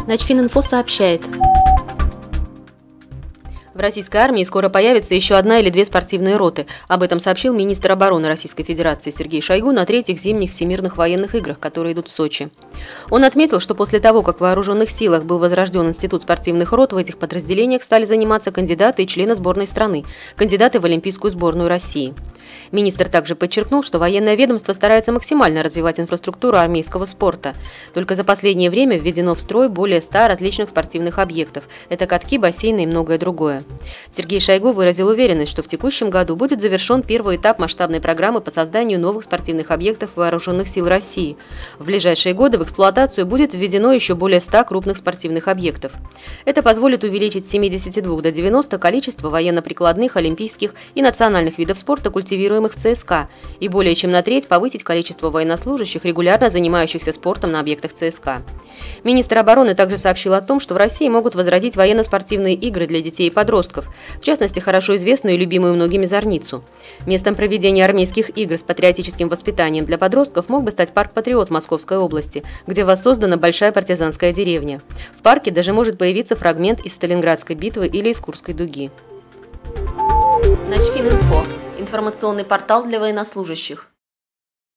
Начфининфо сообщает. В российской армии скоро появится еще одна или две спортивные роты. Об этом сообщил министр обороны Российской Федерации Сергей Шойгу на третьих зимних всемирных военных играх, которые идут в Сочи. Он отметил, что после того, как в вооруженных силах был возрожден институт спортивных рот, в этих подразделениях стали заниматься кандидаты и члены сборной страны, кандидаты в Олимпийскую сборную России. Министр также подчеркнул, что военное ведомство старается максимально развивать инфраструктуру армейского спорта. Только за последнее время введено в строй более 100 различных спортивных объектов. Это катки, бассейны и многое другое. Сергей Шойгу выразил уверенность, что в текущем году будет завершен первый этап масштабной программы по созданию новых спортивных объектов вооруженных сил России. В ближайшие годы в эксплуатацию будет введено еще более 100 крупных спортивных объектов. Это позволит увеличить с 72 до 90 количество военно-прикладных, олимпийских и национальных видов спорта, культивируемых в ЦСКА, и более чем на треть повысить количество военнослужащих, регулярно занимающихся спортом на объектах ЦСКА. Министр обороны также сообщил о том, что в России могут возродить военно-спортивные игры для детей и подростков, в частности, хорошо известную и любимую многими Зорницу. Местом проведения армейских игр с патриотическим воспитанием для подростков мог бы стать парк «Патриот» в Московской области, где воссоздана большая партизанская деревня. В парке даже может появиться фрагмент из Сталинградской битвы или из Курской дуги. Начфининфо – информационный портал для военнослужащих.